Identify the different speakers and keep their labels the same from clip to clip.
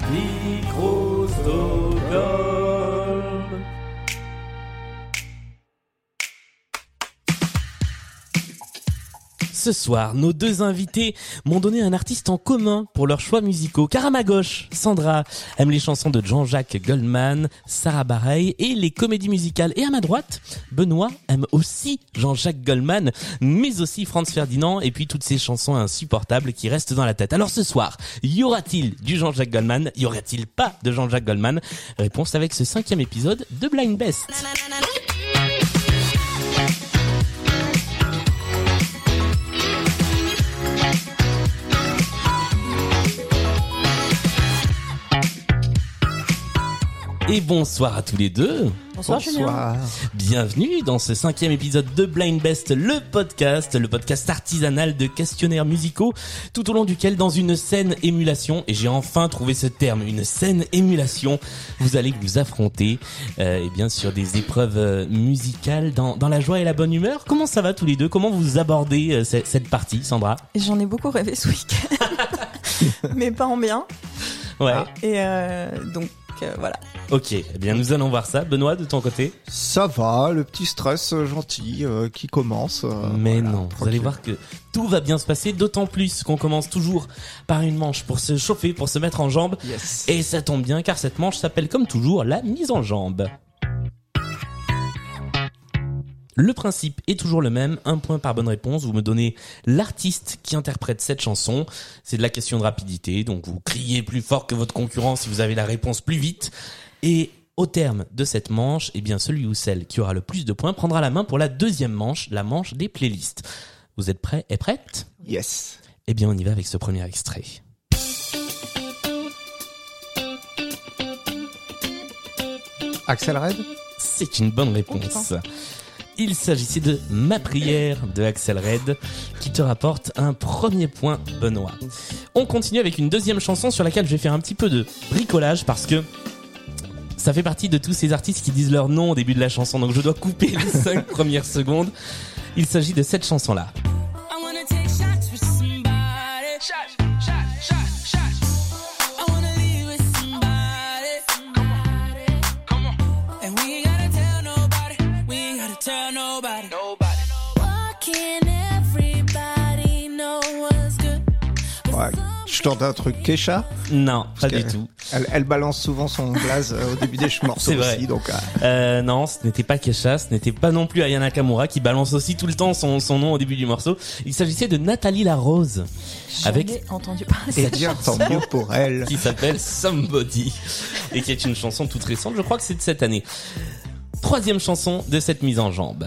Speaker 1: Micro-Stockholm. Ce soir, nos deux invités m'ont donné un artiste en commun pour leurs choix musicaux. Car à ma gauche, Sandra aime les chansons de Jean-Jacques Goldman, Sarah Bareilles et les comédies musicales. Et à ma droite, Benoît aime aussi Jean-Jacques Goldman, mais aussi Franz Ferdinand et puis toutes ces chansons insupportables qui restent dans la tête. Alors ce soir, y aura-t-il du Jean-Jacques Goldman? Y aura-t-il pas de Jean-Jacques Goldman? Réponse avec ce 5e épisode de Blind Best. Et bonsoir à tous les deux.
Speaker 2: Bonsoir Julien.
Speaker 1: Bienvenue dans ce 5e épisode de Blind Best, le podcast artisanal de questionnaires musicaux, tout au long duquel, dans une saine émulation, et j'ai enfin trouvé ce terme, une saine émulation, vous allez vous affronter, et bien sur des épreuves musicales dans la joie et la bonne humeur. Comment ça va tous les deux? Comment vous abordez cette partie, Sandra?
Speaker 2: J'en ai beaucoup rêvé ce week-end, mais pas en bien.
Speaker 1: Ouais.
Speaker 2: Et donc voilà.
Speaker 1: Ok, eh bien nous allons voir ça. Benoît, de ton côté?
Speaker 3: Ça va, le petit stress gentil qui commence.
Speaker 1: Mais
Speaker 3: voilà,
Speaker 1: non,
Speaker 3: tranquille.
Speaker 1: vous allez voir que tout va bien se passer, d'autant plus qu'on commence toujours par une manche pour se chauffer, pour se mettre en jambe.
Speaker 3: Yes.
Speaker 1: Et ça tombe bien car cette manche s'appelle comme toujours la mise en jambe. Le principe est toujours le même, 1 point par bonne réponse, vous me donnez l'artiste qui interprète cette chanson, c'est de la question de rapidité, donc vous criez plus fort que votre concurrent si vous avez la réponse plus vite, et au terme de cette manche, eh bien celui ou celle qui aura le plus de points prendra la main pour la deuxième manche, la manche des playlists. Vous êtes prêts et prêtes?
Speaker 3: Yes.
Speaker 1: Eh bien on y va avec ce premier extrait.
Speaker 3: Axel Red?
Speaker 1: C'est une bonne réponse. Il s'agissait de Ma prière de Axel Red qui te rapporte un premier point, Benoît. On continue avec une deuxième chanson sur laquelle je vais faire un petit peu de bricolage parce que ça fait partie de tous ces artistes qui disent leur nom au début de la chanson, donc je dois couper les 5 premières secondes. Il s'agit de cette chanson-là.
Speaker 3: Ouais. Je tente un truc. Kesha?
Speaker 1: Non, pas du tout.
Speaker 3: Elle balance souvent son blaze au début des morceaux
Speaker 1: C'est vrai.
Speaker 3: aussi. Donc,
Speaker 1: non, ce n'était pas Kesha, ce n'était pas non plus Aya Nakamura qui balance aussi tout le temps son nom au début du morceau. Il s'agissait de Nathalie Larose. Avec
Speaker 2: J'en ai entendu parler de
Speaker 3: c'est
Speaker 2: cette
Speaker 3: bien, tant
Speaker 2: chanson.
Speaker 3: mieux pour elle.
Speaker 1: qui s'appelle Somebody et qui est une chanson toute récente, je crois que c'est de cette année. Troisième chanson de cette mise en jambe.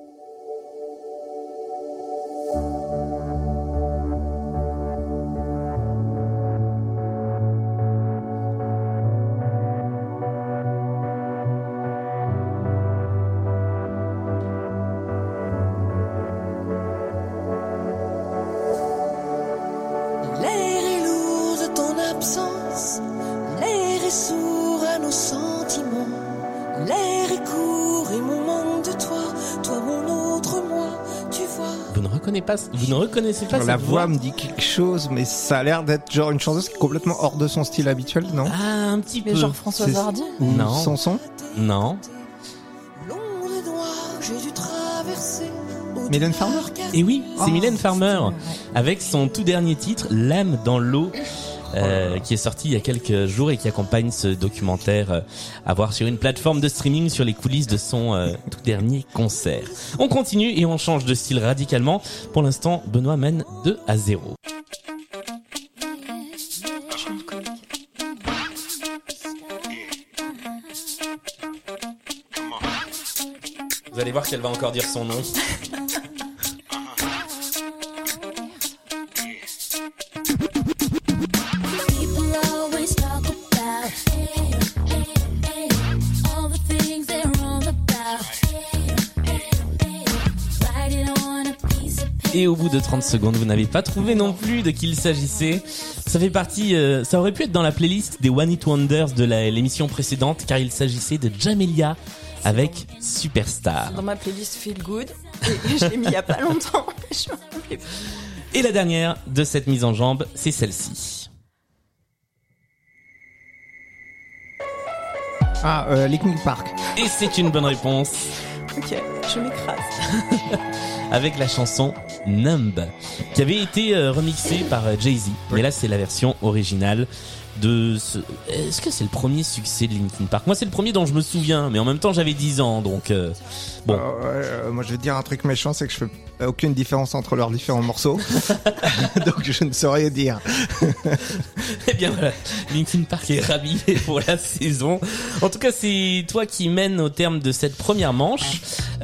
Speaker 4: L'air est lourd de ton absence, l'air est sourd à nos sentiments, l'air est court et mon manque de toi, toi mon autre moi, tu vois.
Speaker 1: Vous ne reconnaissez pas
Speaker 3: La
Speaker 1: cette voix?
Speaker 3: voix me dit quelque chose, mais ça a l'air d'être genre une chanteuse qui est complètement hors de son style habituel, non?
Speaker 1: Ah, un petit peu.
Speaker 2: Mais genre Françoise
Speaker 3: C'est-
Speaker 2: Hardy.
Speaker 3: Ou
Speaker 1: Non.
Speaker 3: Sanson?
Speaker 1: Non.
Speaker 4: Londres noir, j'ai dû traverser.
Speaker 3: Mylène Farmer?
Speaker 1: Et oui, c'est
Speaker 3: Oh,
Speaker 1: Mylène Farmer
Speaker 2: Ouais.
Speaker 1: avec son tout dernier titre, L'âme dans l'eau. Qui est sorti il y a quelques jours et qui accompagne ce documentaire à voir sur une plateforme de streaming sur les coulisses de son tout dernier concert. On continue et on change de style radicalement. Pour l'instant, Benoît mène 2-0. Vous allez voir qu'elle va encore dire son nom.
Speaker 5: People always talk about all the things they're wrong about. Writing on a piece of paper.
Speaker 1: Et au bout de 30 secondes, vous n'avez pas trouvé non plus de qui il s'agissait. Ça fait partie, ça aurait pu être dans la playlist des One Hit Wonders de l'émission précédente, car il s'agissait de Jamelia avec Superstar.
Speaker 2: Dans ma playlist Feel Good. Et je l'ai mis il y a pas longtemps. Je m'en rappelais plus.
Speaker 1: Et la dernière de cette mise en jambe, c'est celle-ci.
Speaker 3: Linkin Park.
Speaker 1: Et c'est une bonne réponse.
Speaker 2: Ok, je m'écrase.
Speaker 1: Avec la chanson Numb, qui avait été remixée par Jay-Z. Mais là, c'est la version originale de ce... Est-ce que c'est le premier succès de Linkin Park? Moi, c'est le premier dont je me souviens, mais en même temps, j'avais 10 ans, donc bon.
Speaker 3: Moi, je vais te dire un truc méchant, c'est que je fais aucune différence entre leurs différents morceaux. Donc, je ne saurais dire.
Speaker 1: Eh bien voilà, Linkin Park est rhabillé pour la saison. En tout cas, c'est toi qui mènes au terme de cette première manche,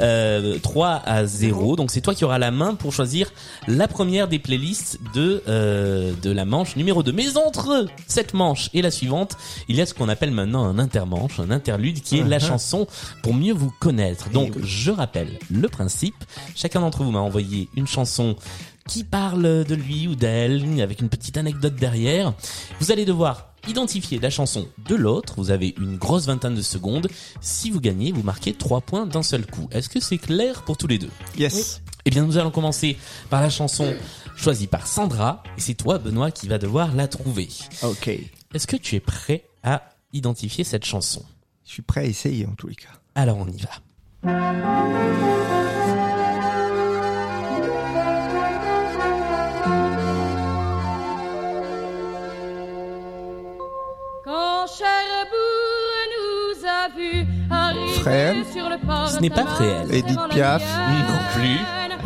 Speaker 1: 3-0. Donc c'est toi qui auras la main pour choisir la première des playlists de la manche numéro 2. Mais entre cette manche et la suivante, il y a ce qu'on appelle maintenant un intermanche, un interlude qui est la chanson pour mieux vous connaître. Donc je rappelle le principe. Chacun d'entre vous m'a envoyé une chanson qui parle de lui ou d'elle, avec une petite anecdote derrière. Vous allez devoir identifier la chanson de l'autre. Vous avez une grosse vingtaine de secondes. Si vous gagnez, vous marquez 3 points d'un seul coup. Est-ce que c'est clair pour tous les deux?
Speaker 3: Yes.
Speaker 1: Eh bien, nous allons commencer par la chanson choisie par Sandra. Et c'est toi, Benoît, qui va devoir la trouver.
Speaker 3: Ok.
Speaker 1: Est-ce que tu es prêt à identifier cette chanson?
Speaker 3: Je suis prêt à essayer en tous les cas.
Speaker 1: Alors, on y va.
Speaker 6: Quand Cherbourg nous a vus arriver
Speaker 3: Fréhel.
Speaker 6: sur le port
Speaker 1: Ce n'est pas Fréhel.
Speaker 3: Edith Piaf.
Speaker 1: Non plus.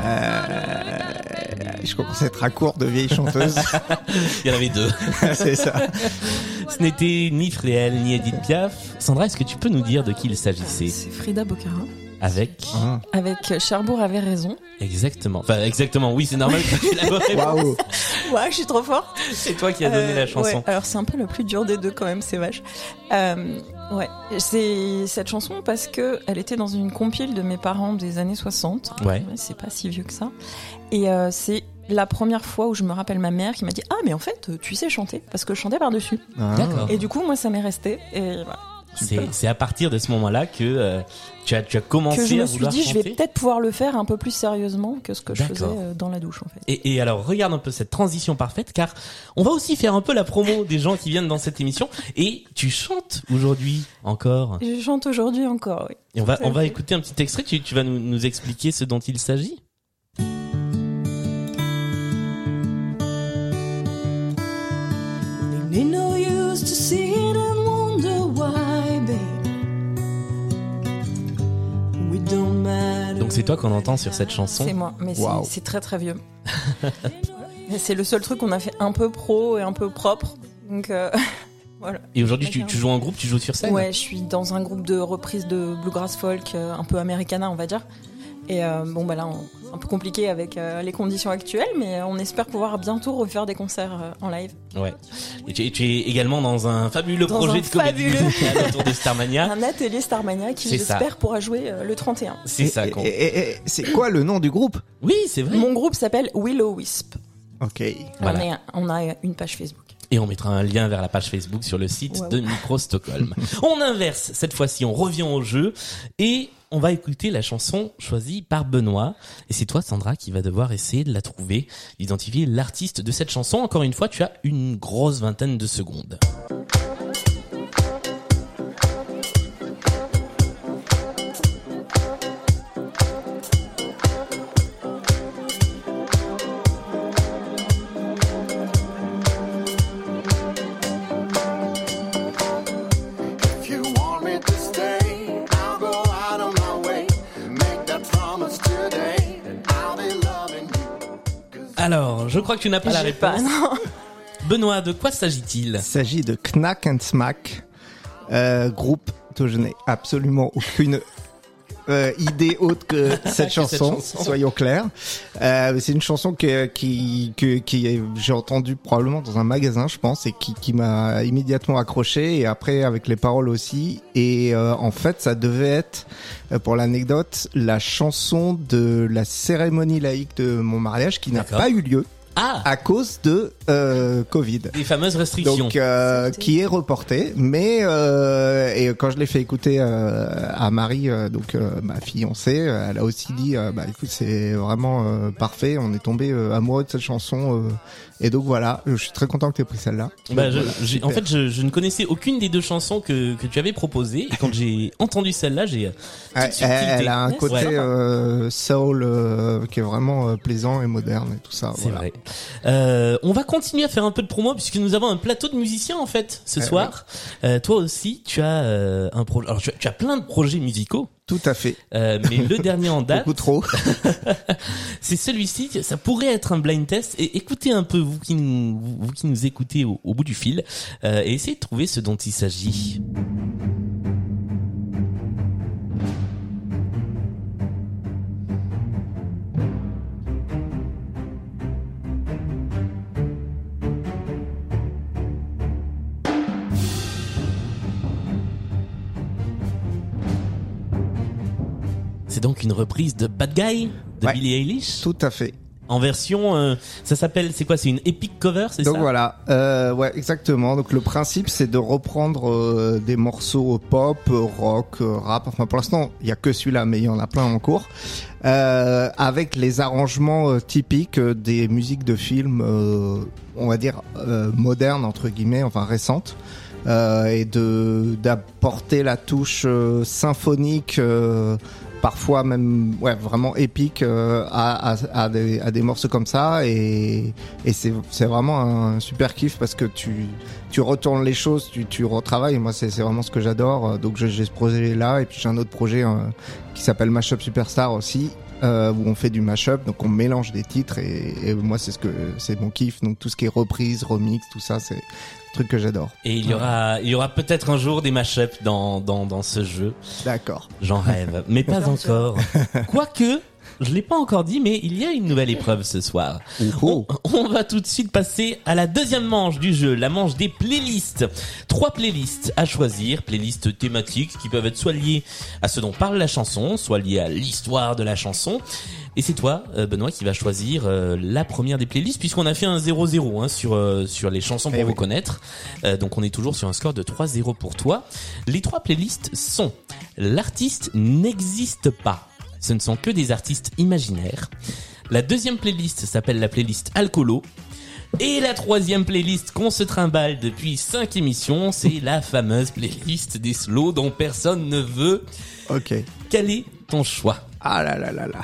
Speaker 3: Je commence à être à court de vieilles chanteuses.
Speaker 1: Il y en avait 2.
Speaker 3: C'est ça.
Speaker 1: Ce n'était ni Fréhel ni Edith Piaf. Sandra, est-ce que tu peux nous dire de qui il s'agissait?
Speaker 2: C'est Frida Bocara.
Speaker 1: Avec
Speaker 2: Avec Cherbourg avait raison.
Speaker 1: exactement. Enfin exactement. Oui, c'est normal que tu la bonne réponse.
Speaker 3: Waouh.
Speaker 2: Ouais, je suis trop forte.
Speaker 1: C'est toi qui as donné la chanson.
Speaker 2: Ouais. Alors c'est un peu le plus dur des deux quand même, c'est vache. Ouais, c'est cette chanson parce que elle était dans une compile de mes parents des années 60.
Speaker 1: Ouais.
Speaker 2: C'est pas si vieux que ça. Et c'est la première fois où je me rappelle ma mère qui m'a dit « Ah, mais en fait, tu sais chanter » parce que je chantais par-dessus.
Speaker 1: D'accord.
Speaker 2: Et du coup, moi, ça m'est resté. Et voilà.
Speaker 1: C'est à partir de ce moment-là que tu as commencé
Speaker 2: Que je
Speaker 1: à
Speaker 2: me suis
Speaker 1: vouloir
Speaker 2: dit,
Speaker 1: chanter.
Speaker 2: je vais peut-être pouvoir le faire un peu plus sérieusement que ce que je faisais
Speaker 1: D'accord.
Speaker 2: dans la douche, en fait.
Speaker 1: Et alors, regarde un peu cette transition parfaite, car on va aussi faire un peu la promo des gens qui viennent dans cette émission. Et tu chantes aujourd'hui encore.
Speaker 2: Je chante aujourd'hui encore, oui.
Speaker 1: Et on va écouter un petit extrait. Tu vas nous expliquer ce dont il s'agit.
Speaker 4: They no use to see it and wonder why, baby. We don't matter.
Speaker 1: Donc c'est toi qu'on entend sur cette chanson.
Speaker 2: C'est moi, mais
Speaker 3: Wow.
Speaker 2: c'est très très vieux. Mais c'est le seul truc qu'on a fait un peu pro et un peu propre. Donc voilà.
Speaker 1: Et aujourd'hui, tu joues en groupe, tu joues sur scène.
Speaker 2: Ouais, je suis dans un groupe de reprise de bluegrass folk, un peu americana, on va dire. Et bon, bah là, c'est un peu compliqué avec les conditions actuelles, mais on espère pouvoir bientôt refaire des concerts en live.
Speaker 1: Ouais. Et tu es également dans un fabuleux
Speaker 2: Dans
Speaker 1: projet
Speaker 2: un
Speaker 1: de comédie
Speaker 2: fabuleux-
Speaker 1: musicale autour de Starmania.
Speaker 2: Un atelier Starmania qui,
Speaker 1: C'est ça.
Speaker 2: j'espère, pourra jouer le 31.
Speaker 1: C'est ça.
Speaker 3: Et c'est quoi le nom du groupe?
Speaker 1: Oui, c'est vrai.
Speaker 2: Mon groupe s'appelle Willow Wisp.
Speaker 3: Ok.
Speaker 1: Voilà.
Speaker 2: On a une page Facebook.
Speaker 1: Et on mettra un lien vers la page Facebook sur le site
Speaker 2: Ouais.
Speaker 1: de Micro Stockholm. On inverse. Cette fois-ci, on revient au jeu et on va écouter la chanson choisie par Benoît. Et c'est toi, Sandra, qui va devoir essayer de la trouver, d'identifier l'artiste de cette chanson. Encore une fois, tu as une grosse vingtaine de secondes.
Speaker 7: If you want me to stay, I'll go out of my way. Make that promise today. I'll be loving you.
Speaker 1: Alors, je crois que tu n'as pas la
Speaker 2: J'ai
Speaker 1: réponse.
Speaker 2: pas, non.
Speaker 1: Benoît, de quoi s'agit-il?
Speaker 3: Il s'agit de Knack and Smack, groupe dont je n'ai absolument aucune idée autre que cette chanson, soyons clairs. C'est une chanson que j'ai entendue probablement dans un magasin, je pense, et qui m'a immédiatement accroché, et après avec les paroles aussi. Et en fait, ça devait être, pour l'anecdote, la chanson de la cérémonie laïque de mon mariage qui n'a
Speaker 1: D'accord.
Speaker 3: pas eu lieu.
Speaker 1: Ah,
Speaker 3: à cause de Covid.
Speaker 1: les fameuses restrictions.
Speaker 3: Donc qui est reporté, mais et quand je l'ai fait écouter à Marie, ma fiancée, elle a aussi dit écoute, c'est vraiment parfait, on est tombé amoureux de cette chanson et donc voilà, je suis très content que tu aies pris celle-là.
Speaker 1: Bah,
Speaker 3: Donc,
Speaker 1: en fait, je ne connaissais aucune des deux chansons que tu avais proposées, et quand j'ai entendu celle-là, j'ai tout de suite tilté.
Speaker 3: elle a un
Speaker 2: Ouais,
Speaker 3: côté
Speaker 1: ouais.
Speaker 3: soul qui est vraiment plaisant et moderne et tout ça.
Speaker 1: C'est
Speaker 3: voilà.
Speaker 1: vrai. On va continuer à faire un peu de promo puisque nous avons un plateau de musiciens en fait ce soir. Toi aussi, tu as un projet. Alors tu as plein de projets musicaux.
Speaker 3: Tout à fait.
Speaker 1: Mais le dernier en date,
Speaker 3: Beaucoup trop.
Speaker 1: c'est celui-ci. Ça pourrait être un blind test. Et écoutez un peu vous qui nous écoutez au bout du fil et essayez de trouver ce dont il s'agit. C'est donc une reprise de Bad Guy de
Speaker 3: Ouais.
Speaker 1: Billie Eilish
Speaker 3: Tout à fait.
Speaker 1: en version. Ça s'appelle. C'est quoi? C'est une epic cover, c'est
Speaker 3: Donc
Speaker 1: ça?
Speaker 3: voilà, ouais, exactement. Donc le principe, c'est de reprendre des morceaux pop, rock, rap. Enfin, pour l'instant, il y a que celui-là, mais il y en a plein en cours, avec les arrangements typiques des musiques de films, on va dire modernes entre guillemets, enfin récentes, et d'apporter la touche symphonique. Parfois même vraiment épique à des morceaux comme ça et c'est vraiment un super kiff parce que tu retournes les choses, tu retravailles. Moi c'est vraiment ce que j'adore. Donc j'ai ce projet là et puis j'ai un autre projet qui s'appelle Mashup Superstar aussi, où on fait du mashup, donc on mélange des titres et moi c'est mon kiff. Donc tout ce qui est reprise, remix, tout ça c'est un truc que j'adore.
Speaker 1: Et il y aura peut-être un jour des mashups dans ce jeu.
Speaker 3: D'accord.
Speaker 1: J'en rêve, mais pas
Speaker 2: Bien
Speaker 1: encore. Quoique, je l'ai pas encore dit, mais il y a une nouvelle épreuve ce soir.
Speaker 3: Oh.
Speaker 1: On va tout de suite passer à la deuxième manche du jeu, la manche des playlists. 3 playlists à choisir, playlists thématiques qui peuvent être soit liées à ce dont parle la chanson, soit liées à l'histoire de la chanson. Et c'est toi, Benoît, qui va choisir la première des playlists, puisqu'on a fait un 0-0 sur les chansons pour
Speaker 3: oui.
Speaker 1: vous connaître. Donc on est toujours sur un score de 3-0 pour toi. Les 3 playlists sont: l'artiste n'existe pas. Ce ne sont que des artistes imaginaires. La deuxième playlist s'appelle la playlist Alcoolo. Et la troisième playlist qu'on se trimballe depuis 5 émissions, c'est la fameuse playlist des slows dont personne ne veut.
Speaker 3: Ok.
Speaker 1: Quel est ton choix?
Speaker 3: Ah là là là là.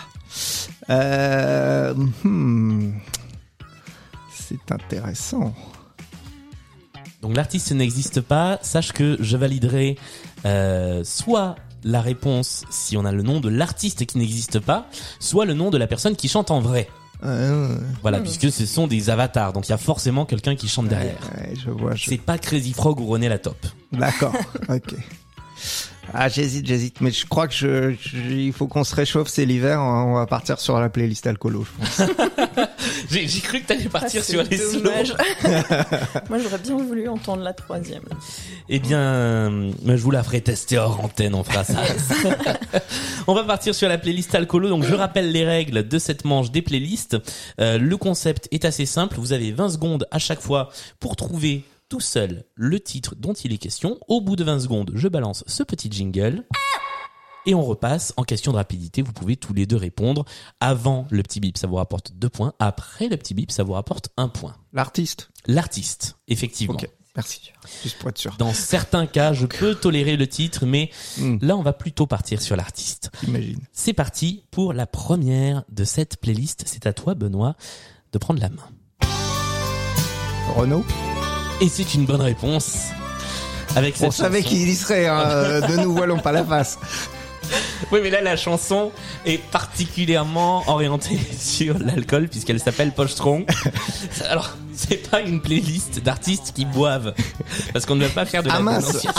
Speaker 3: C'est intéressant.
Speaker 1: Donc l'artiste n'existe pas. Sache que je validerai soit la réponse si on a le nom de l'artiste qui n'existe pas, soit le nom de la personne qui chante en vrai. Voilà, puisque ce sont des avatars, donc il y a forcément quelqu'un qui chante derrière.
Speaker 3: Ouais, je vois.
Speaker 1: C'est pas Crazy Frog ou René Latop.
Speaker 3: D'accord. Ok. Ah, j'hésite, mais je crois que il faut qu'on se réchauffe, c'est l'hiver, on va partir sur la playlist alcoolo, je pense.
Speaker 1: J'ai cru que t'allais partir
Speaker 2: Ah,
Speaker 1: sur
Speaker 2: c'est
Speaker 1: les slows.
Speaker 2: dommage. Moi, j'aurais bien voulu entendre la troisième.
Speaker 1: Eh bien, je vous la ferai tester hors antenne, on fera ça. On va partir sur la playlist alcoolo. Donc, je rappelle les règles de cette manche des playlists. Le concept est assez simple. Vous avez 20 secondes à chaque fois pour trouver tout seul le titre dont il est question. Au bout de 20 secondes, je balance ce petit jingle. Et on repasse en question de rapidité. Vous pouvez tous les deux répondre. Avant le petit bip, ça vous rapporte 2 points. Après le petit bip, ça vous rapporte 1 point.
Speaker 3: L'artiste.
Speaker 1: L'artiste, effectivement.
Speaker 3: Ok. Merci. Juste pour être sûr.
Speaker 1: Dans certains cas, je peux tolérer le titre, mais là, on va plutôt partir sur l'artiste.
Speaker 3: Imagine.
Speaker 1: C'est parti pour la première de cette playlist. C'est à toi, Benoît, de prendre la main.
Speaker 3: Renaud.
Speaker 1: Et c'est une bonne réponse. Avec cette
Speaker 3: On savait
Speaker 1: chanson.
Speaker 3: qu'il y serait, hein, ne nous voilons pas la face.
Speaker 1: Oui, mais là, la chanson est particulièrement orientée sur l'alcool puisqu'elle s'appelle Pochetron. Alors, c'est pas une playlist d'artistes qui boivent parce qu'on ne va pas faire de la
Speaker 3: Ah mince.
Speaker 1: dénonciation.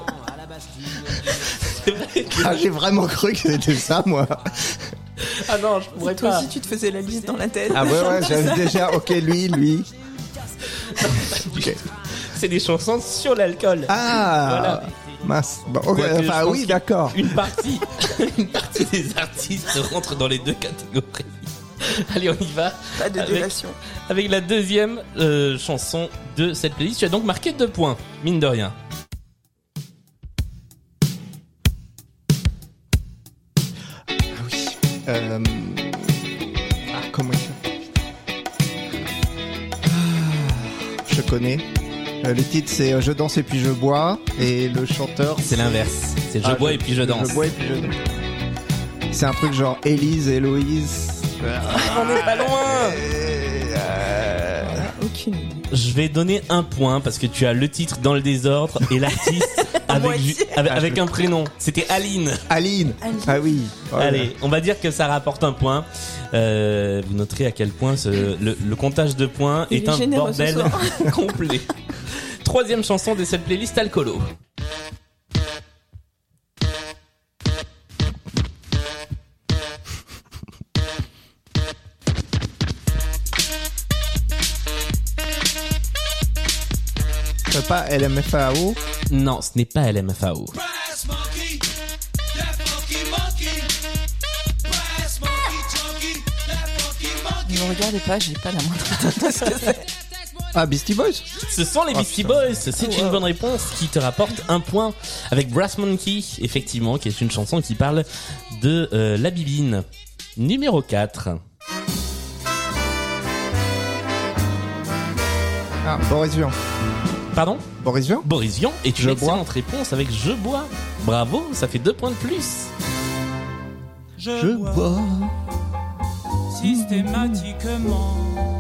Speaker 1: C'est vrai que-
Speaker 3: Ah, j'ai vraiment cru que c'était ça, moi.
Speaker 1: Ah non, je pourrais
Speaker 2: Toi
Speaker 1: pas.
Speaker 2: aussi, tu te faisais la liste dans la tête.
Speaker 3: Ah ouais, j'avais déjà, ok, lui. Ok.
Speaker 1: C'est des chansons sur l'alcool.
Speaker 3: Ah,
Speaker 1: Voilà.
Speaker 3: mince. Bon, ok,
Speaker 1: Quoique, je
Speaker 3: enfin,
Speaker 1: pense
Speaker 3: oui,
Speaker 1: que
Speaker 3: d'accord.
Speaker 1: Une partie des artistes rentrent dans les deux catégories. Allez, on y va.
Speaker 2: Pas de
Speaker 1: Avec-
Speaker 2: délation.
Speaker 1: Avec la deuxième chanson de cette playlist. Tu as donc marqué 2 points, mine de rien.
Speaker 3: Comment il s'appelle Je connais. Le titre c'est Je danse et puis je bois et le chanteur
Speaker 1: C'est l'inverse. C'est je bois et puis je danse.
Speaker 3: Je bois et puis je danse. C'est un truc genre Élise, Héloïse.
Speaker 1: On n'est pas loin.
Speaker 2: Aucune idée.
Speaker 1: Je vais donner 1 point parce que tu as le titre dans le désordre et l'artiste
Speaker 2: moitié.
Speaker 1: avec un prénom. C'était Aline.
Speaker 3: Aline. Ah oui. Oh là là.
Speaker 1: Allez, on va dire que ça rapporte 1 point. Vous noterez à quel point le comptage de points
Speaker 2: Il
Speaker 1: est
Speaker 2: est
Speaker 1: un
Speaker 2: généreux ce
Speaker 1: bordel
Speaker 2: soir.
Speaker 1: complet. Troisième chanson de cette playlist Alcolo.
Speaker 3: C'est pas LMFAO.
Speaker 1: Non, ce n'est pas LMFAO.
Speaker 2: Ne me regardez pas, j'ai pas la moindre idée de ce que c'est.
Speaker 3: Ah, Beastie Boys.
Speaker 1: Ce sont les Beastie Boys. C'est une bonne réponse qui te rapporte 1 point avec Brass Monkey, effectivement, qui est une chanson qui parle de la bibine. Numéro 4.
Speaker 3: Ah, Boris Vian.
Speaker 1: Pardon?
Speaker 3: Boris Vian.
Speaker 1: Boris Vian est une
Speaker 3: Je
Speaker 1: excellente réponse avec Je bois. Bravo, ça fait 2 points de plus.
Speaker 3: Je bois.
Speaker 8: Systématiquement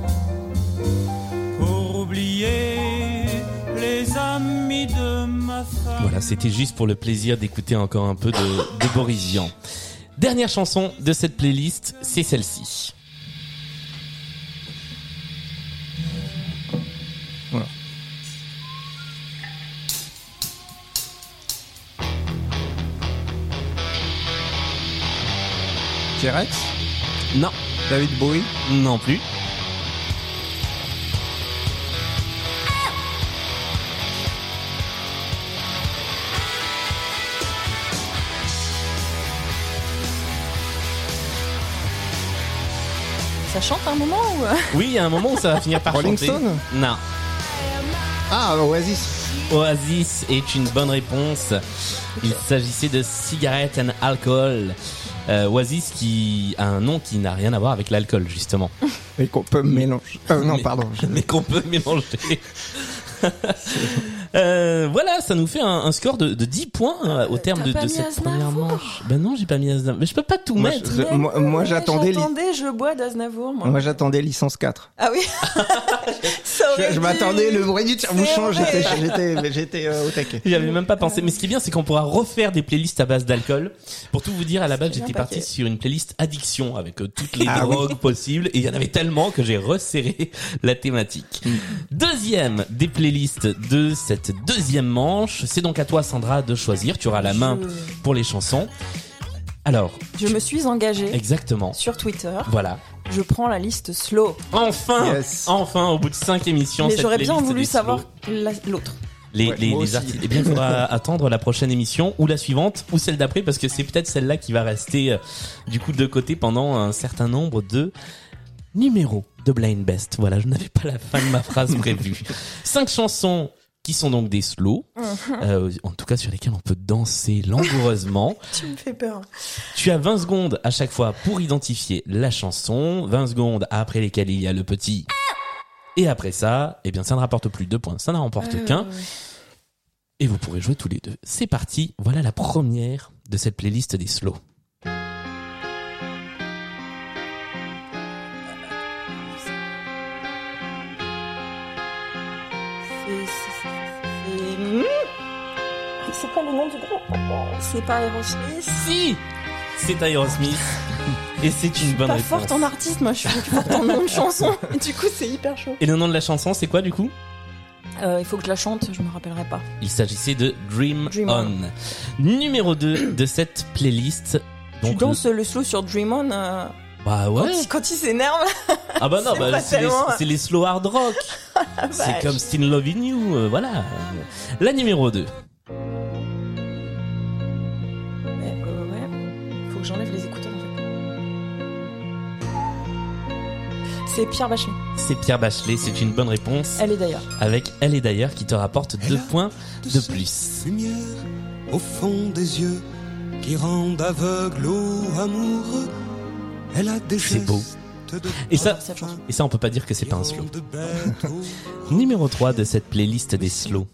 Speaker 8: pour oublier les amis de ma femme.
Speaker 1: Voilà, c'était juste pour le plaisir d'écouter encore un peu de Boris Vian. Dernière chanson de cette playlist, c'est celle-ci.
Speaker 3: Voilà. T-Rex.
Speaker 1: Non,
Speaker 3: David Bowie.
Speaker 1: non plus.
Speaker 2: Ça chante un moment ou
Speaker 1: Oui, il y a un moment où ça va finir par
Speaker 3: Rolling
Speaker 1: chanter.
Speaker 3: Stone.
Speaker 1: Non.
Speaker 3: Ah, Oasis.
Speaker 1: Oasis est une bonne réponse. Il s'agissait de Cigarette and Alcohol. Oasis qui a un nom qui n'a rien à voir avec l'alcool, justement.
Speaker 3: Et qu'on peut mélanger. Non,
Speaker 1: Mais-
Speaker 3: pardon.
Speaker 1: Mais qu'on peut mélanger. Voilà, ça nous fait un score de 10 points au terme
Speaker 2: T'as
Speaker 1: de
Speaker 2: pas mis
Speaker 1: cette
Speaker 2: Aznavour
Speaker 1: première manche. Ben non, j'ai pas mis Aznavour. Mais je peux pas tout
Speaker 3: Moi,
Speaker 1: mettre.
Speaker 3: moi, j'attendais.
Speaker 2: J'attendais Je bois d'Aznavour, moi.
Speaker 3: Moi, j'attendais licence 4.
Speaker 2: Ah oui. Ça aurait
Speaker 3: Je
Speaker 2: dû.
Speaker 3: m'attendais le bruit du tire-bouchon.
Speaker 2: C'est vrai.
Speaker 3: J'étais au taquet.
Speaker 1: J'y avais même pas pensé. Mais ce qui est bien, c'est qu'on pourra refaire des playlists à base d'alcool. Pour tout vous dire, à la base,
Speaker 2: C'est bien
Speaker 1: j'étais parti
Speaker 2: paquet.
Speaker 1: sur une playlist addiction avec toutes les
Speaker 3: Ah oui.
Speaker 1: drogues possibles. Et il y en avait tellement que j'ai resserré la thématique. Deuxième des playlists de cette deuxième manche. C'est donc à toi, Sandra, de choisir. Tu auras la main pour les chansons. Alors,
Speaker 2: Je me suis engagée
Speaker 1: exactement.
Speaker 2: sur Twitter.
Speaker 1: Voilà.
Speaker 2: Je prends la liste slow.
Speaker 1: Enfin,
Speaker 3: Yes.
Speaker 1: enfin, au bout de 5 émissions,
Speaker 2: Mais
Speaker 1: cette
Speaker 2: j'aurais bien
Speaker 1: playlist
Speaker 2: voulu
Speaker 1: des
Speaker 2: savoir
Speaker 1: slows.
Speaker 2: l'autre.
Speaker 1: Les,
Speaker 3: Ouais,
Speaker 1: les,
Speaker 3: moi
Speaker 1: les
Speaker 3: aussi.
Speaker 1: artistes. Eh bien, il faudra attendre la prochaine émission ou la suivante ou celle d'après parce que c'est peut-être celle-là qui va rester du coup de côté pendant un certain nombre de numéros de Blind Best. Voilà, je n'avais pas la fin de ma phrase prévue. 5 chansons qui sont donc des slows, en tout cas sur lesquelles on peut danser langoureusement.
Speaker 2: Tu me fais peur.
Speaker 1: Tu as 20 secondes à chaque fois pour identifier la chanson, 20 secondes après lesquelles il y a le petit. Et après ça, eh bien ça ne rapporte plus 2 points, ça n'en remporte qu'un. Et vous pourrez jouer tous les deux. C'est parti, voilà la première de cette playlist des slows.
Speaker 2: C'est quoi le nom du groupe? C'est pas Aerosmith.
Speaker 1: Si, c'est Aerosmith. Et c'est une bonne
Speaker 2: Pas
Speaker 1: réponse.
Speaker 2: forte en artiste, moi je suis plus forte en nom de chanson. Et du coup c'est hyper chaud.
Speaker 1: Et le nom de la chanson, c'est quoi du coup?
Speaker 2: Il faut que je la chante, je me rappellerai pas.
Speaker 1: Il s'agissait de Dream,
Speaker 2: Dream
Speaker 1: On. Numéro 2 de cette playlist.
Speaker 2: Tu
Speaker 1: Donc,
Speaker 2: danses le slow sur Dream On
Speaker 1: bah ouais.
Speaker 2: quand il s'énerve.
Speaker 1: Ah bah non,
Speaker 2: c'est
Speaker 1: bah
Speaker 2: pas
Speaker 1: c'est les,
Speaker 2: tellement.
Speaker 1: c'est les slow hard rock. C'est
Speaker 2: vache.
Speaker 1: comme Still Loving You, voilà. La numéro 2.
Speaker 2: Ouais. Faut que j'enlève les écouteurs en fait. C'est Pierre Bachelet.
Speaker 1: C'est Pierre Bachelet, c'est une bonne réponse.
Speaker 2: Elle est d'ailleurs.
Speaker 1: Avec Elle est d'ailleurs qui te rapporte 2 points de plus.
Speaker 9: Lumière au fond des yeux qui rendent aveugle ou amoureux. Elle a des
Speaker 1: C'est beau. Et ça, on peut pas dire que c'est pas un slow. Numéro 3 de cette playlist des slows.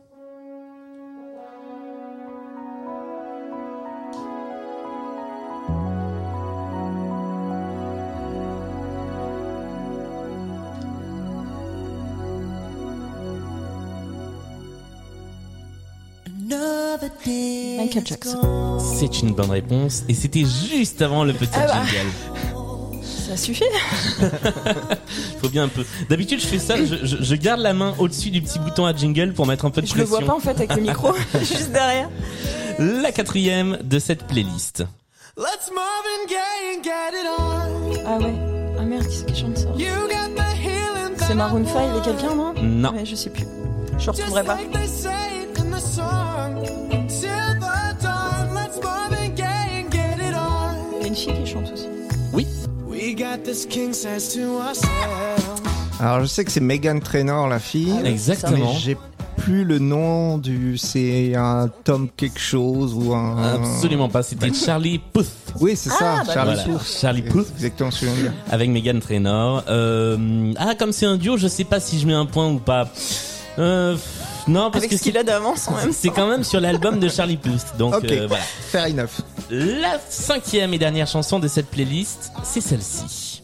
Speaker 2: Michael Jackson.
Speaker 1: C'est une bonne réponse et c'était juste avant le petit jingle.
Speaker 2: Ça suffit.
Speaker 1: Faut bien un peu. D'habitude je fais ça, je garde la main au-dessus du petit bouton à jingle pour mettre un peu de pression.
Speaker 2: Je le vois pas en fait avec le micro, juste derrière.
Speaker 1: La 4e de cette playlist.
Speaker 7: Let's Marvin Gaye and get it on.
Speaker 2: Ah ouais. Ah merde, qui c'est qui chante ça?
Speaker 7: You got the healing
Speaker 2: C'est Maroon 5 et quelqu'un, non?
Speaker 1: Non.
Speaker 2: Ouais, je sais plus. Je retrouverai pas.
Speaker 7: like they say in the song. Till the dawn, let's Marvin Gaye and get it on.
Speaker 2: Il y a une fille qui chante aussi.
Speaker 1: Oui.
Speaker 7: We got this king says to ourselves.
Speaker 3: Alors je sais que c'est Meghan Trainor la fille.
Speaker 1: Exactement.
Speaker 3: Mais j'ai plus le nom du. C'est un Tom quelque chose ou un.
Speaker 1: Absolument pas. C'était Charlie Puth.
Speaker 3: Oui, c'est ça.
Speaker 2: bah
Speaker 3: Charlie
Speaker 1: Voilà.
Speaker 3: Puth.
Speaker 1: Charlie Puth.
Speaker 3: Exactement celui-là.
Speaker 1: Avec Meghan Trainor. Comme c'est un duo, je sais pas si je mets un point ou pas. Non, parce
Speaker 2: Avec
Speaker 1: que
Speaker 2: ce qu'il a d'avance en même.
Speaker 1: c'est quand même sur l'album de Charlie Puth. Donc
Speaker 3: Ok.
Speaker 1: voilà.
Speaker 3: Fair enough.
Speaker 1: La 5e et dernière chanson de cette playlist, c'est celle-ci.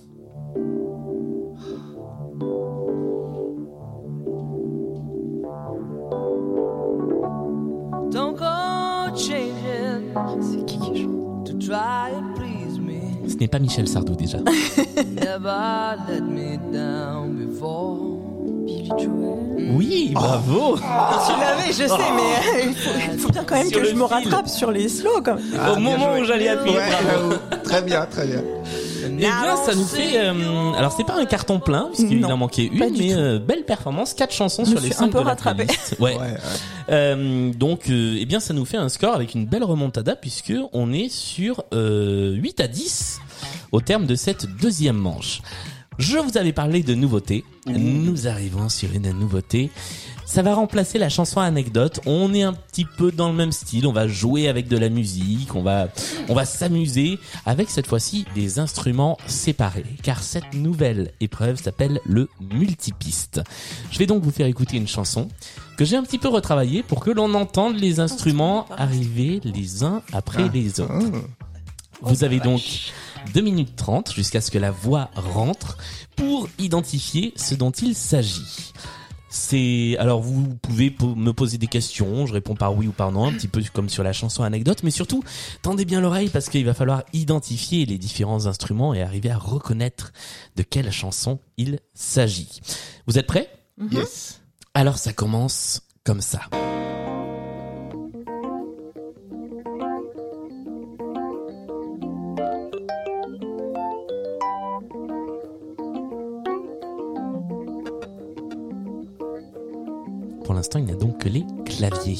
Speaker 4: Don't go changing
Speaker 2: C'est qui chante?
Speaker 4: to try and please me.
Speaker 1: Ce n'est pas Michel Sardou déjà.
Speaker 4: Never let me down before.
Speaker 2: Billy Joel.
Speaker 1: Oui, bravo.
Speaker 2: Tu l'avais, je sais, mais il faut bien quand même
Speaker 1: Sur
Speaker 2: que
Speaker 1: le
Speaker 2: je me
Speaker 1: fil.
Speaker 2: rattrape sur les slows quand même.
Speaker 1: Au moment où j'allais appuyer,
Speaker 3: Ouais,
Speaker 1: bravo.
Speaker 3: très bien, très bien.
Speaker 1: Eh bien, ça nous fait. Alors, c'est pas un carton plein, puisqu'il
Speaker 2: Non,
Speaker 1: en manquait
Speaker 2: pas
Speaker 1: une,
Speaker 2: du
Speaker 1: mais belle performance. 4 chansons
Speaker 2: Je
Speaker 1: sur
Speaker 2: me
Speaker 1: les
Speaker 2: suis
Speaker 1: 5
Speaker 2: un peu
Speaker 1: de la
Speaker 2: rattrapée.
Speaker 1: playlist. Ouais.
Speaker 3: Ouais.
Speaker 1: Donc, eh bien, ça nous fait un score avec une belle remontada, puisque on est sur 8 à 10 au terme de cette deuxième manche. Je vous avais parlé de nouveautés. Nous arrivons sur une nouveauté. Ça va remplacer la chanson anecdote. On est un petit peu dans le même style. On va jouer avec de la musique. On va s'amuser avec cette fois-ci des instruments séparés. Car cette nouvelle épreuve s'appelle le multipiste. Je vais donc vous faire écouter une chanson que j'ai un petit peu retravaillée pour que l'on entende les instruments arriver les uns après les autres. Vous avez donc 2 minutes 30 jusqu'à ce que la voix rentre pour identifier ce dont il s'agit. Alors vous pouvez me poser des questions, je réponds par oui ou par non, un petit peu comme sur la chanson anecdote, mais surtout, tendez bien l'oreille parce qu'il va falloir identifier les différents instruments et arriver à reconnaître de quelle chanson il s'agit. Vous êtes prêts?
Speaker 3: Yes.
Speaker 1: Alors ça commence comme ça. Pour l'instant, il n'y a donc que les claviers.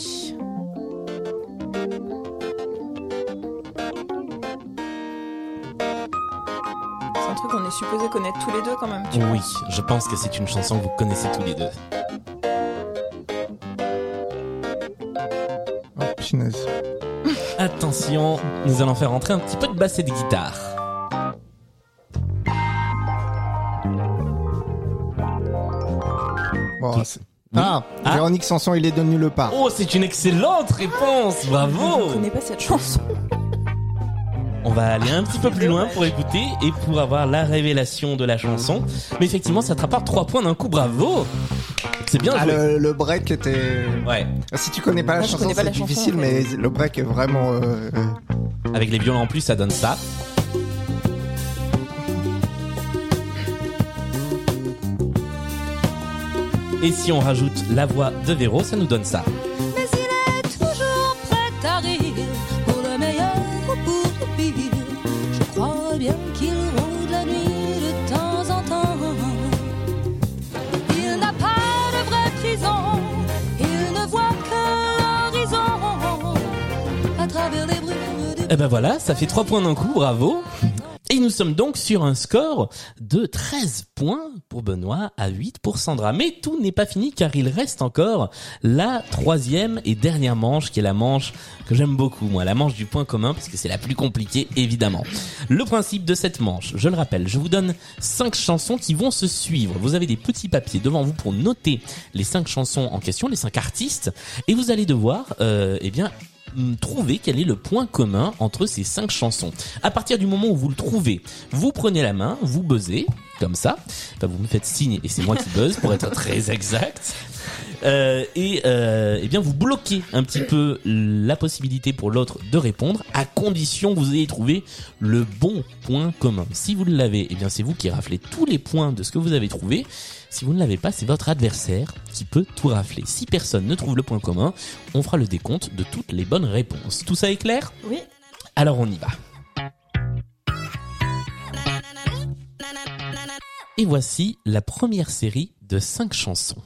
Speaker 2: C'est un truc qu'on est supposé connaître tous les deux quand même. Tu vois.
Speaker 1: Oui, je pense que c'est une chanson que vous connaissez tous les deux.
Speaker 3: Oh, punaise.
Speaker 1: Attention, nous allons faire entrer un petit peu de basse et de guitare.
Speaker 3: Bon, Véronique Sanson, il est devenu le pas.
Speaker 1: Oh, c'est une excellente réponse,
Speaker 2: Je
Speaker 1: bravo.
Speaker 2: connais pas cette chanson.
Speaker 1: On va aller un petit peu plus loin pour écouter et pour avoir la révélation de la chanson. Mais effectivement, ça te rapporte 3 points d'un coup, bravo. C'est bien
Speaker 3: Ah,
Speaker 1: joué.
Speaker 3: le break était.
Speaker 1: Ouais,
Speaker 3: Si tu connais pas la
Speaker 2: Moi, je
Speaker 3: chanson,
Speaker 2: connais pas
Speaker 3: c'est
Speaker 2: la chanson,
Speaker 3: difficile,
Speaker 2: en
Speaker 3: mais
Speaker 2: fait.
Speaker 3: le break est vraiment.
Speaker 1: avec les violons en plus, ça donne ça. Et si on rajoute la voix de Véro, ça nous donne ça.
Speaker 5: Mais il est toujours prêt à rire, pour le meilleur ou pour le pire. Je crois bien qu'il rôde la nuit de temps en temps. Il n'a pas de vraie prison, il ne voit que l'horizon à travers les brumes du...
Speaker 1: Eh ben voilà, ça fait 3 points d'un coup, bravo. Et il nous sommes donc sur un score de 13 points pour Benoît, à 8 pour Sandra. Mais tout n'est pas fini car il reste encore la troisième et dernière manche qui est la manche que j'aime beaucoup, moi, la manche du point commun parce que c'est la plus compliquée évidemment. Le principe de cette manche, je le rappelle, je vous donne 5 chansons qui vont se suivre. Vous avez des petits papiers devant vous pour noter les 5 chansons en question, les 5 artistes, et vous allez devoir, trouver quel est le point commun entre ces 5 chansons. À partir du moment où vous le trouvez, vous prenez la main, vous buzzez, comme ça. Enfin, vous me faites signe et c'est moi qui buzz pour être très exact. Bien vous bloquez un petit peu la possibilité pour l'autre de répondre à condition que vous ayez trouvé le bon point commun. Si vous l'avez, eh bien c'est vous qui raflez tous les points de ce que vous avez trouvé. Si vous ne l'avez pas, c'est votre adversaire qui peut tout rafler. Si personne ne trouve le point commun, on fera le décompte de toutes les bonnes réponses. Tout ça est clair ?
Speaker 2: Oui.
Speaker 1: Alors on y va. Et voici la première série de 5 chansons.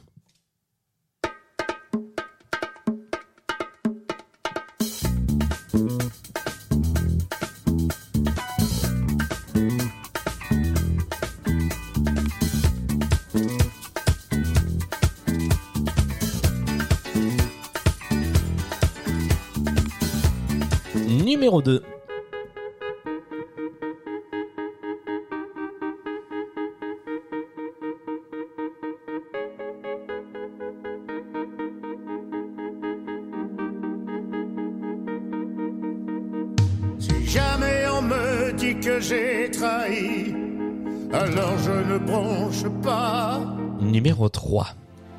Speaker 1: Numéro 2.
Speaker 7: Si jamais on me dit que j'ai trahi, alors je ne bronche pas.
Speaker 1: Numéro 3.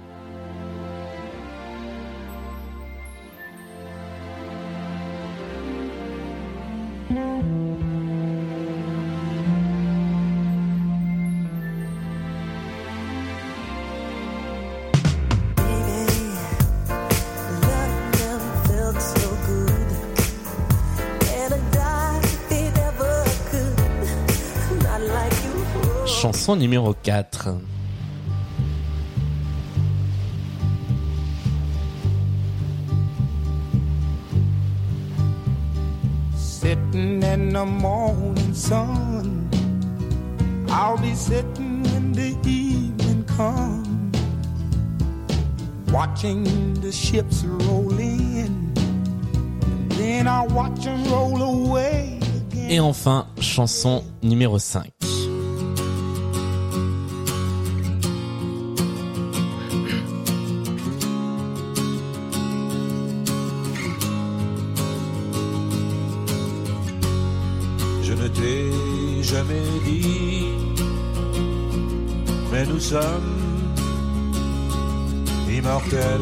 Speaker 1: Chanson numéro 4.
Speaker 10: Sitting in the morning sun, I'll be sitting when the evening comes, watching the ships roll in, and then I'll watch them roll away again.
Speaker 1: Et enfin, chanson numéro 5.
Speaker 11: Je ne t'ai jamais dit, mais nous sommes immortels.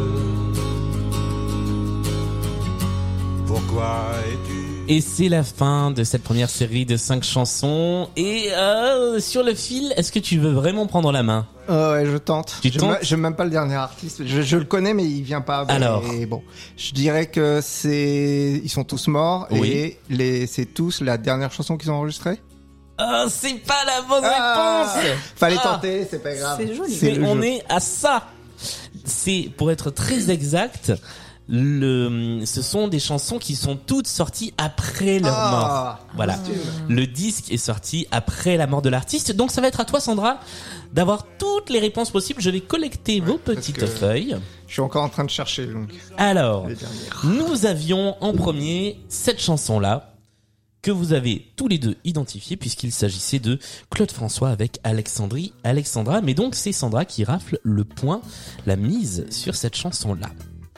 Speaker 11: Pourquoi es-tu?
Speaker 1: Et c'est la fin de cette première série de 5 chansons. Et sur le fil, est-ce que tu veux vraiment prendre la main ?
Speaker 3: Ouais, je tente.
Speaker 1: Tu tentes ?
Speaker 3: Je même pas le dernier artiste. Je le connais, mais il vient pas.
Speaker 1: Alors.
Speaker 3: Et bon, je dirais que ils sont tous morts.
Speaker 1: Oui.
Speaker 3: Et c'est tous la dernière chanson qu'ils ont enregistrée.
Speaker 1: C'est pas la bonne réponse.
Speaker 3: Fallait tenter, c'est pas grave.
Speaker 2: C'est joli.
Speaker 1: Mais on est à ça. C'est, pour être très exact, ce sont des chansons qui sont toutes sorties après leur mort. Voilà. Le disque est sorti après la mort de l'artiste. Donc ça va être à toi, Sandra, d'avoir toutes les réponses possibles. Je vais collecter vos petites feuilles.
Speaker 3: Je suis encore en train de chercher. Donc.
Speaker 1: Alors, nous avions en premier cette chanson-là que vous avez tous les deux identifiée puisqu'il s'agissait de Claude François avec Alexandra. Mais donc c'est Sandra qui rafle le point, la mise sur cette chanson-là.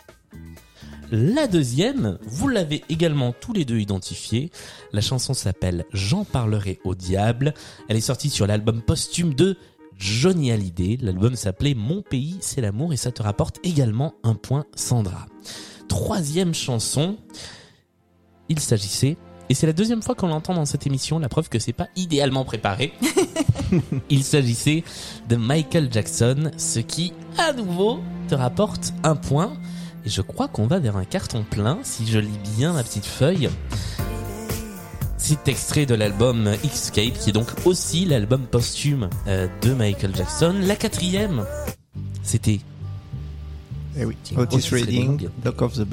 Speaker 1: La deuxième, vous l'avez également tous les deux identifiée. La chanson s'appelle « J'en parlerai au diable ». Elle est sortie sur l'album posthume de Johnny Hallyday. L'album s'appelait « Mon pays, c'est l'amour » et ça te rapporte également un point, Sandra. Troisième chanson, il s'agissait, et c'est la deuxième fois qu'on l'entend dans cette émission, la preuve que c'est pas idéalement préparé. Il s'agissait de Michael Jackson, ce qui, à nouveau, te rapporte un point. Et je crois qu'on va vers un carton plein, si je lis bien ma petite feuille. C'est extrait de l'album Escape, qui est donc aussi l'album posthume de Michael Jackson. La quatrième, c'était...
Speaker 3: Eh oui, Otis Redding, Dock of the Bay.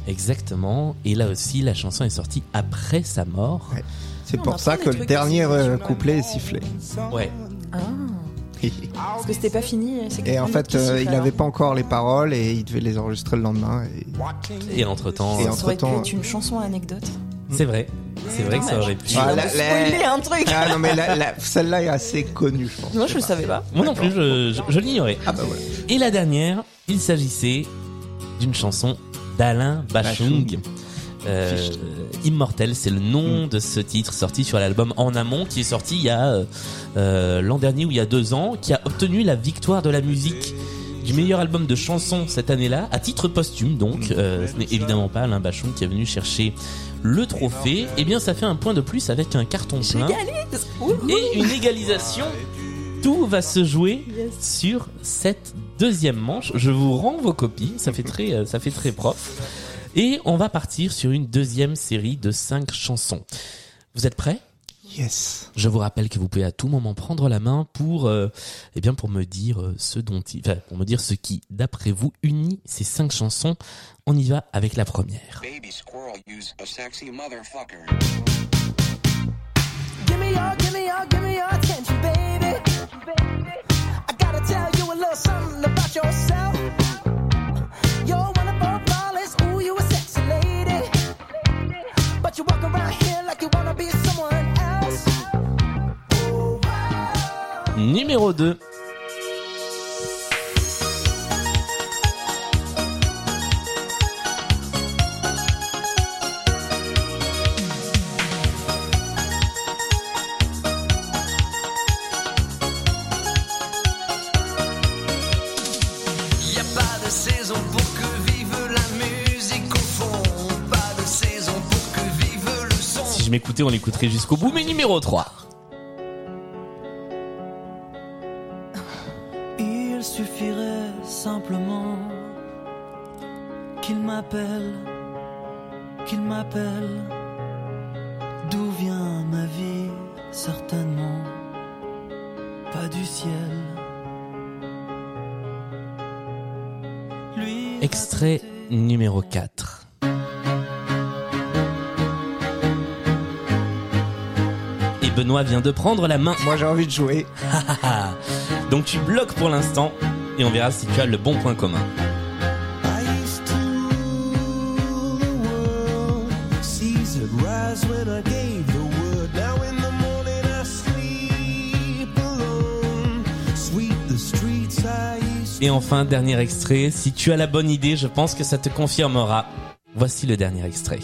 Speaker 1: Exactement. Et là aussi, la chanson est sortie après sa mort.
Speaker 3: Ouais. C'est
Speaker 2: On
Speaker 3: pour ça
Speaker 2: apprend
Speaker 3: que
Speaker 2: des
Speaker 3: le
Speaker 2: trucs
Speaker 3: dernier
Speaker 2: aussi,
Speaker 3: couplet est sifflé.
Speaker 1: Ouais.
Speaker 2: Ah. Parce que c'était pas fini. C'est
Speaker 3: Et
Speaker 2: quelqu'un
Speaker 3: en fait,
Speaker 2: d'autre qui siffle,
Speaker 3: il
Speaker 2: alors.
Speaker 3: n'avait pas encore les paroles et il devait les enregistrer le lendemain.
Speaker 1: Et entre-temps,
Speaker 3: Et
Speaker 2: Ça aurait pu
Speaker 3: entre-temps,
Speaker 2: être une chanson anecdote.
Speaker 1: c'est vrai. C'est vrai que ça aurait pu.
Speaker 2: Je viens de spoiler un truc.
Speaker 3: Ah non, mais celle-là est assez connue, je pense.
Speaker 2: Moi, je le savais pas.
Speaker 1: Moi non plus, je l'ignorais.
Speaker 3: Ah bah voilà.
Speaker 1: Et la dernière, il s'agissait d'une chanson d'Alain Bachung. Immortel, c'est le nom de ce titre sorti sur l'album En Amont qui est sorti il y a l'an dernier ou il y a 2 ans, qui a obtenu la victoire de la musique du meilleur album de chansons cette année-là, à titre posthume donc. Ce n'est évidemment pas Alain Bachung qui est venu chercher le trophée. Eh bien ça fait un point de plus avec un carton plein et une égalisation. Tout va se jouer sur cette deuxième manche. Je vous rends vos copies, ça fait très prof. Et on va partir sur une deuxième série de 5 chansons. Vous êtes prêts ?
Speaker 3: Yes.
Speaker 1: Je vous rappelle que vous pouvez à tout moment prendre la main pour me dire pour me dire ce qui, d'après vous, unit ces 5 chansons. On y va avec la première.
Speaker 12: Baby squirrel use a sexy motherfucker.
Speaker 4: Give me your attention, baby. I gotta tell you a little something about yourself. You're one of our flawless, ooh, you a sexy lady. But you walk around here like you wanna be someone else. Ooh, wow.
Speaker 1: Numéro 2. Si je m'écoutais, on l'écouterait jusqu'au bout. Mais numéro 3.
Speaker 13: Il suffirait simplement qu'il m'appelle. D'où vient ma vie? Certainement pas du ciel.
Speaker 1: Extrait numéro 4. Et Benoît vient de prendre la main.
Speaker 3: Moi j'ai envie de jouer.
Speaker 1: Donc tu bloques pour l'instant et on verra si tu as le bon point commun. Et enfin, dernier extrait. Si tu as la bonne idée, je pense que ça te confirmera. Voici le dernier extrait.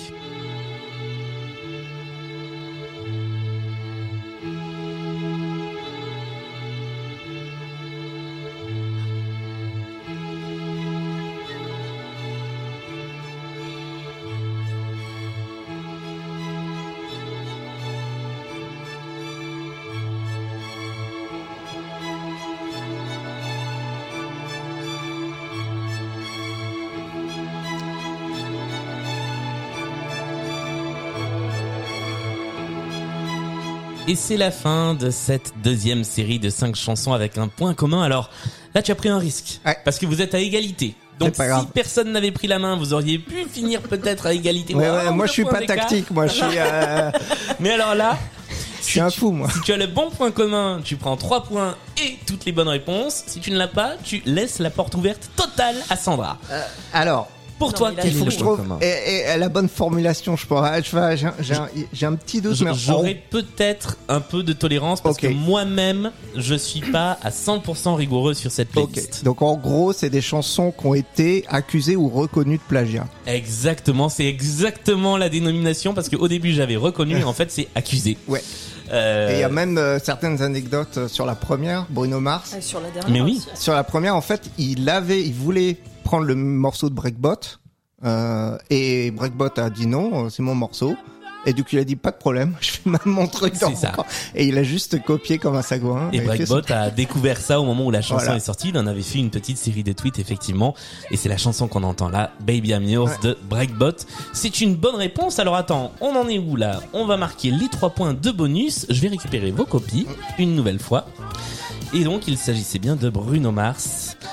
Speaker 1: Et c'est la fin de cette deuxième série de 5 chansons avec un point commun. Alors là, tu as pris un risque.
Speaker 3: Ouais.
Speaker 1: Parce que vous êtes à égalité. Donc si personne n'avait pris la main, vous auriez pu finir peut-être à égalité.
Speaker 3: Ouais, moi je suis pas tactique. Moi je suis...
Speaker 1: Mais alors là...
Speaker 3: Je suis un fou, moi.
Speaker 1: Si tu as le bon point commun, tu prends 3 points et toutes les bonnes réponses. Si tu ne l'as pas, tu laisses la porte ouverte totale à Sandra.
Speaker 3: Alors...
Speaker 1: Pour toi, quel est le point commun ?
Speaker 3: Et la bonne formulation, je pourrais. J'ai un petit doute.
Speaker 1: J'aurais peut-être un peu de tolérance parce que moi-même, je suis pas à 100% rigoureux sur cette playlist.
Speaker 3: Donc en gros, c'est des chansons qui ont été accusées ou reconnues de plagiat.
Speaker 1: Exactement, c'est exactement la dénomination parce qu'au début j'avais reconnu, en fait c'est accusé.
Speaker 3: Ouais. Et il y a même certaines anecdotes sur la première, Bruno Mars.
Speaker 2: Sur la dernière.
Speaker 1: Mais oui.
Speaker 2: Aussi.
Speaker 3: Sur la première, en fait, il voulait prendre le morceau de Breakbot, et Breakbot a dit non, c'est mon morceau. Et donc il a dit pas de problème, je fais même mon truc dans mon camp. Et il a juste copié comme un sagouin.
Speaker 1: Et Breakbot a découvert ça au moment où la chanson
Speaker 3: Voilà.
Speaker 1: est sortie. Il en avait fait une petite série de tweets effectivement. Et c'est la chanson qu'on entend là, Baby I'm Yours de Breakbot. C'est une bonne réponse. Alors attends, on en est où là ? On va marquer les 3 points de bonus. Je vais récupérer vos copies une nouvelle fois. Et donc il s'agissait bien de Bruno Mars.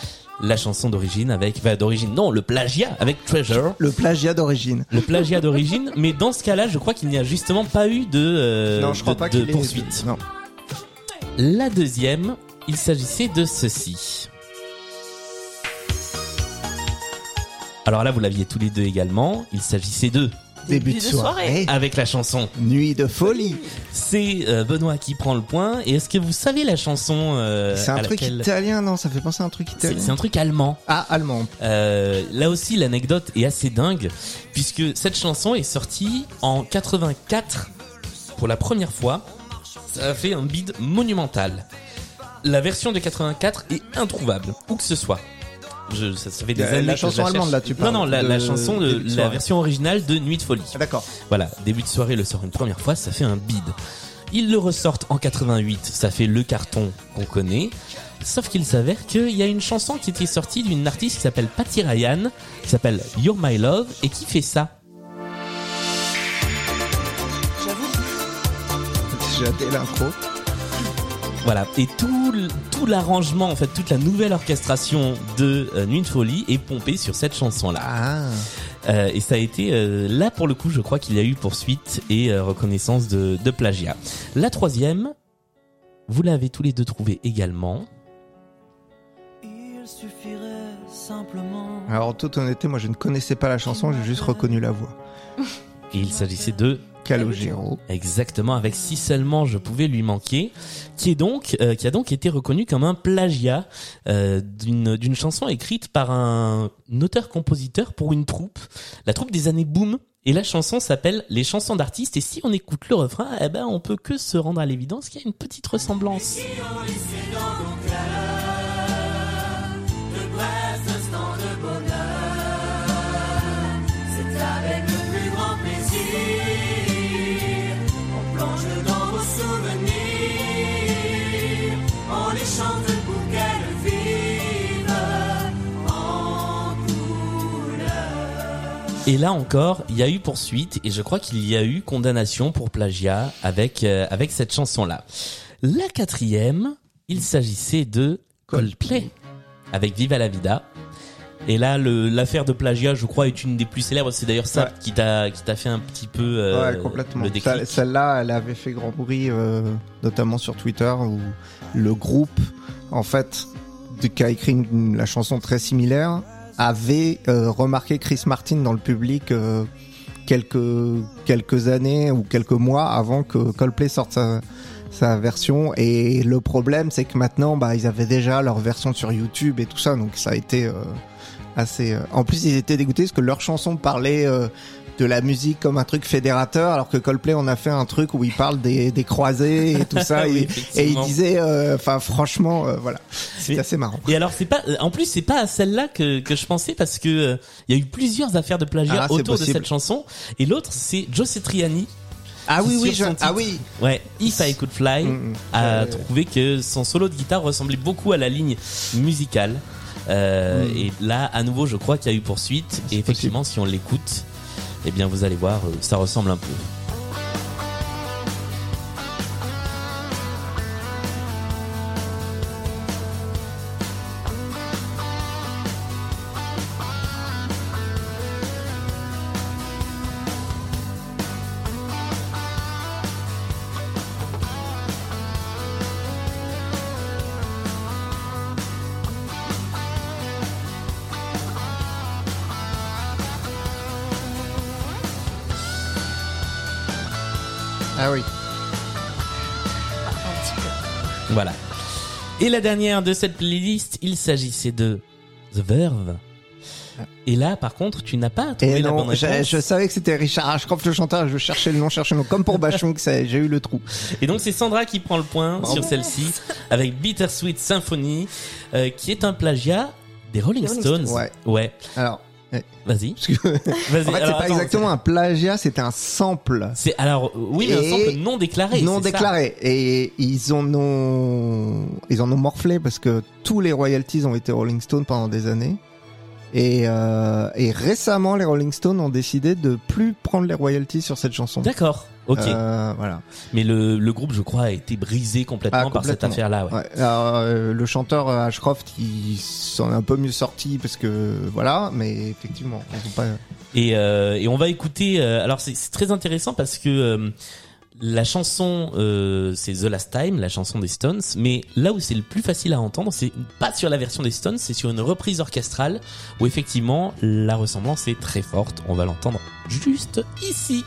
Speaker 1: la chanson d'origine le plagiat avec Treasure.
Speaker 3: Le plagiat d'origine.
Speaker 1: Le plagiat d'origine, mais dans ce cas-là, je crois qu'il n'y a justement pas eu de poursuite.
Speaker 3: Non.
Speaker 1: La deuxième, il s'agissait de ceci. Alors là, vous l'aviez tous les deux également. Il s'agissait de
Speaker 3: Début de soirée.
Speaker 1: Avec la chanson
Speaker 3: Nuit de folie.
Speaker 1: C'est Benoît qui prend le point. Et est-ce que vous savez la chanson
Speaker 3: c'est un truc italien, non? Ça fait penser à un truc italien.
Speaker 1: C'est un truc allemand.
Speaker 3: Ah, allemand.
Speaker 1: Là aussi, l'anecdote est assez dingue, puisque cette chanson est sortie en 84 pour la première fois. Ça a fait un bid monumental. La version de 84 est introuvable, où que ce soit. Ça fait des années
Speaker 3: la chanson allemande là tu parles.
Speaker 1: Non, la chanson la version originale de Nuit de folie.
Speaker 3: Ah, d'accord.
Speaker 1: Voilà, début de soirée le sort une première fois, ça fait un bid. Ils le ressortent en 88, ça fait le carton qu'on connaît. Sauf qu'il s'avère qu'il y a une chanson qui était sortie d'une artiste qui s'appelle Patty Ryan, qui s'appelle You're My Love, et qui fait ça.
Speaker 3: J'ai hâté l'intro.
Speaker 1: Voilà, et tout l'arrangement, en fait, toute la nouvelle orchestration de Nuit de folie est pompée sur cette chanson-là. Et ça a été là pour le coup, je crois qu'il y a eu poursuite et reconnaissance de plagiat. La troisième, vous l'avez tous les deux trouvée également.
Speaker 13: Il suffirait simplement.
Speaker 3: Alors en toute honnêteté, moi je ne connaissais pas la chanson, j'ai juste reconnu la voix.
Speaker 1: Et il s'agissait de
Speaker 3: Calogero.
Speaker 1: Exactement, avec Si seulement je pouvais lui manquer, qui a donc été reconnu comme un plagiat d'une chanson écrite par un auteur-compositeur pour une troupe, la troupe des années Boom. Et la chanson s'appelle Les chansons d'artistes. Et si on écoute le refrain, on peut que se rendre à l'évidence qu'il y a une petite ressemblance. Et là encore, il y a eu poursuite et je crois qu'il y a eu condamnation pour plagiat avec cette chanson-là. La quatrième, il s'agissait de Coldplay avec Viva la Vida. Et là, l'affaire de plagiat, je crois, est une des plus célèbres. C'est d'ailleurs ça qui t'a fait un petit peu
Speaker 3: complètement.
Speaker 1: Le déclic.
Speaker 3: Celle-là, elle avait fait grand bruit, notamment sur Twitter, où le groupe, en fait, qui a écrit la chanson très similaire, avait remarqué Chris Martin dans le public quelques années ou quelques mois avant que Coldplay sorte sa version. Et le problème, c'est que maintenant, ils avaient déjà leur version sur YouTube et tout ça, donc ça a été assez. En plus, ils étaient dégoûtés parce que leur chanson parlait de la musique comme un truc fédérateur, alors que Coldplay on a fait un truc où il parle des croisés et tout ça.
Speaker 1: Oui,
Speaker 3: et il disait, franchement, voilà, c'est assez marrant.
Speaker 1: Et alors en plus c'est pas à celle-là que je pensais, parce que il y a eu plusieurs affaires de plagiat autour de cette chanson. Et l'autre, c'est Joe Satriani. Ouais, If I Could Fly a trouvé que son solo de guitare ressemblait beaucoup à la ligne musicale. Et là, à nouveau, je crois qu'il y a eu poursuite. Et effectivement, si on l'écoute, eh bien, vous allez voir, ça ressemble un peu.
Speaker 3: Ah oui.
Speaker 2: Un petit peu.
Speaker 1: Voilà. Et la dernière de cette playlist, il s'agissait de The Verve. Et là, par contre, tu n'as pas trouvé la bonne réponse.
Speaker 3: Je savais que c'était Richard Ashcroft le chanteur, je cherchais le nom. Comme pour Bachung, j'ai eu le trou.
Speaker 1: Et donc, c'est Sandra qui prend le point sur celle-ci, avec Bittersweet Symphony, qui est un plagiat des Rolling Stones. Ouais.
Speaker 3: Alors.
Speaker 1: Vas-y.
Speaker 3: En fait, c'est pas exactement un plagiat, c'est un sample.
Speaker 1: C'est un sample non déclaré.
Speaker 3: Non déclaré. Et ils en ont morflé parce que tous les royalties ont été Rolling Stones pendant des années. Et récemment, les Rolling Stones ont décidé de plus prendre les royalties sur cette chanson.
Speaker 1: D'accord. Ok.
Speaker 3: Voilà.
Speaker 1: Mais le groupe, je crois, a été brisé complètement par cette affaire-là. Ouais.
Speaker 3: Ouais. Alors, le chanteur Ashcroft, il s'en est un peu mieux sorti parce que voilà, mais effectivement, on peut pas.
Speaker 1: Et on va écouter. Alors c'est très intéressant parce que la chanson c'est The Last Time, la chanson des Stones. Mais là où c'est le plus facile à entendre, c'est pas sur la version des Stones, c'est sur une reprise orchestrale où effectivement la ressemblance est très forte. On va l'entendre juste ici.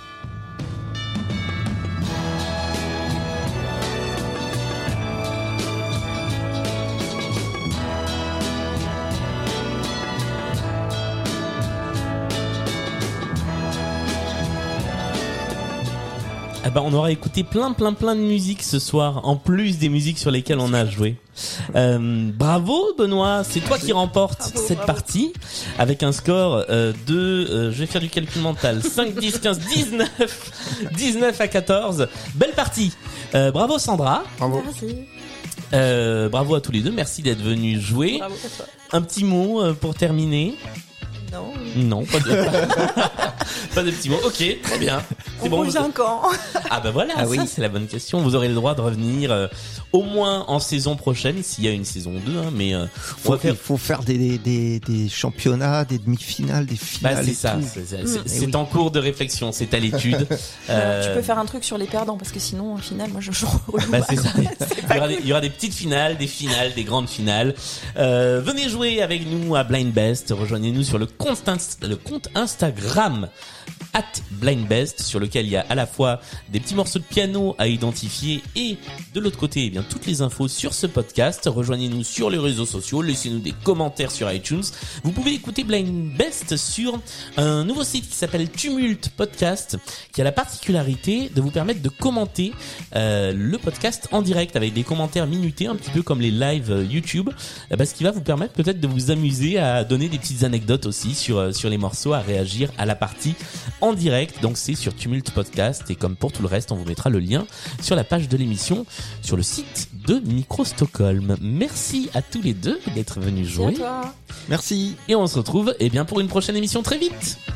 Speaker 1: Ah bah on aura écouté plein de musiques ce soir, en plus des musiques sur lesquelles on a joué. Bravo Benoît, c'est toi qui remporte cette partie avec un score de, je vais faire du calcul mental, 5, 10, 15, 19 à 14. Belle partie. Bravo Sandra.
Speaker 3: Bravo.
Speaker 2: Merci.
Speaker 1: Bravo à tous les deux, merci d'être venus jouer.
Speaker 2: Bravo à toi.
Speaker 1: Un petit mot pour terminer. Non, pas de petits mots. Ok, très bien.
Speaker 2: C'est bon. Revient quand?
Speaker 1: Ah bah voilà, ça, c'est la bonne question. Vous aurez le droit de revenir au moins en saison prochaine, s'il y a une saison 2. Hein, mais
Speaker 3: il faut faire des championnats, des demi-finales, des finales.
Speaker 1: Bah c'est ça. C'est en cours de réflexion, c'est à l'étude.
Speaker 2: Tu peux faire un truc sur les perdants parce que sinon, au final, moi je joue.
Speaker 1: Bah c'est ça. Il y aura des petites finales, des grandes finales. Venez jouer avec nous à Blind Best. Rejoignez-nous sur le compte Instagram @blindbest, sur lequel il y a à la fois des petits morceaux de piano à identifier et de l'autre côté, eh bien, toutes les infos sur ce podcast. Rejoignez-nous sur les réseaux sociaux, laissez-nous des commentaires sur iTunes. Vous pouvez écouter Blind Best sur un nouveau site qui s'appelle Tumult Podcast, qui a la particularité de vous permettre de commenter le podcast en direct avec des commentaires minutés, un petit peu comme les lives YouTube, ce qui va vous permettre peut-être de vous amuser à donner des petites anecdotes aussi sur les morceaux, à réagir à la partie en direct. Donc c'est sur Tumult Podcast, et comme pour tout le reste, on vous mettra le lien sur la page de l'émission sur le site de Micro Stockholm. Merci à tous les deux d'être venus jouer.
Speaker 2: Merci à toi.
Speaker 3: Merci.
Speaker 1: Et on se retrouve pour une prochaine émission très vite.